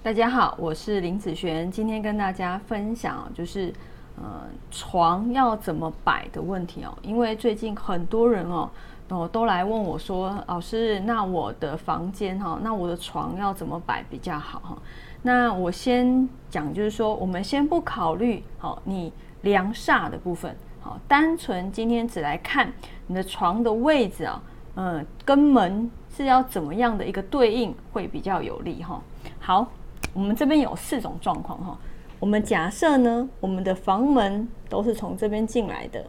大家好，我是林子璇，今天跟大家分享就是床要怎么摆的问题哦。因为最近很多人都来问我说，老师，那我的房间那我的床要怎么摆比较好那我先讲，就是说我们先不考虑你梁煞的部分，单纯今天只来看你的床的位置跟门是要怎么样的一个对应会比较有利好。我们这边有4种状况我们假设呢，我们的房门都是从这边进来的，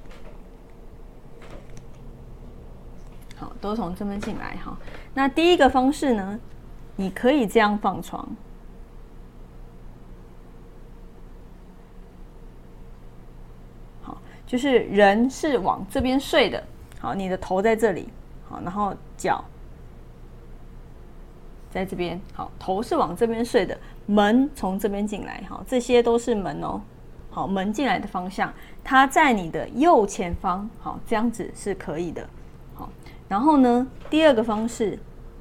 好，都是从这边进来那第一个方式呢，你可以这样放床，好，就是人是往这边睡的，好，你的头在这里，好，然后脚在这边，好，头是往这边睡的，门从这边进来，好，这些都是门好，门进来的方向，它在你的右前方，好，这样子是可以的，好，然后呢，第二个方式，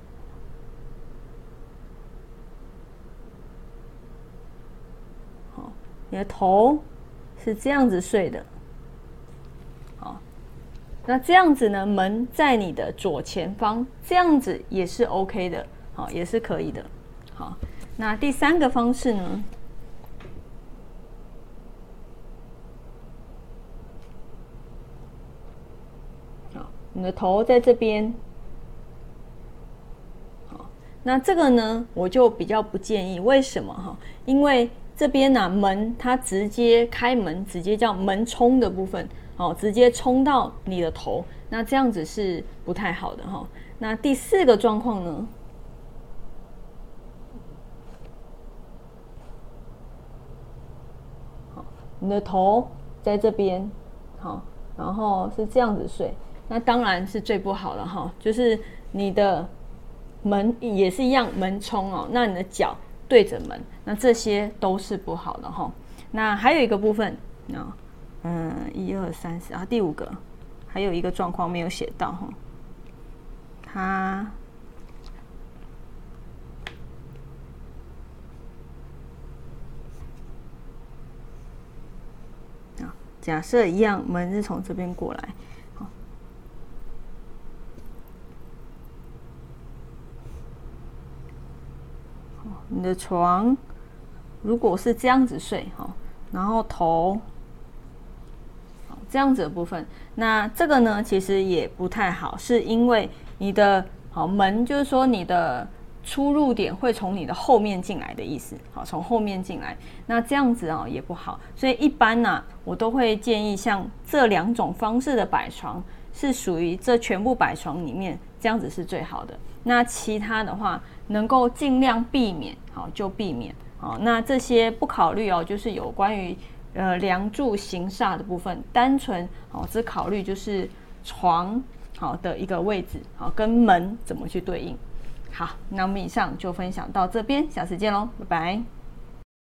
好，你的头是这样子睡的，好，那这样子呢，门在你的左前方，这样子也是 OK 的。好，也是可以的。好，那第3个方式呢？好，你的头在这边。好，那这个呢，我就比较不建议。为什么因为这边门它直接开门，直接叫门冲的部分，直接冲到你的头，那这样子是不太好的那第4个状况呢？你的头在这边，好，然后是这样子睡，那当然是最不好的就是你的门也是一样，门冲那你的脚对着门，那这些都是不好的那还有一个部分1、2、3、4第5个，还有一个状况没有写到它。假设一样，门是从这边过来，你的床如果是这样子睡然后头这样子的部分，那这个呢其实也不太好，是因为你的门就是说你的出入点会从你的后面进来的意思，好，从后面进来，那这样子也不好，所以一般我都会建议像这2种方式的摆床是属于这全部摆床里面，这样子是最好的。那其他的话能够尽量避免，好就避免，好，那这些不考虑就是有关于梁柱形煞的部分，单纯只考虑就是床好的一个位置，好跟门怎么去对应。好，那我们以上就分享到这边，下次见喽，拜拜。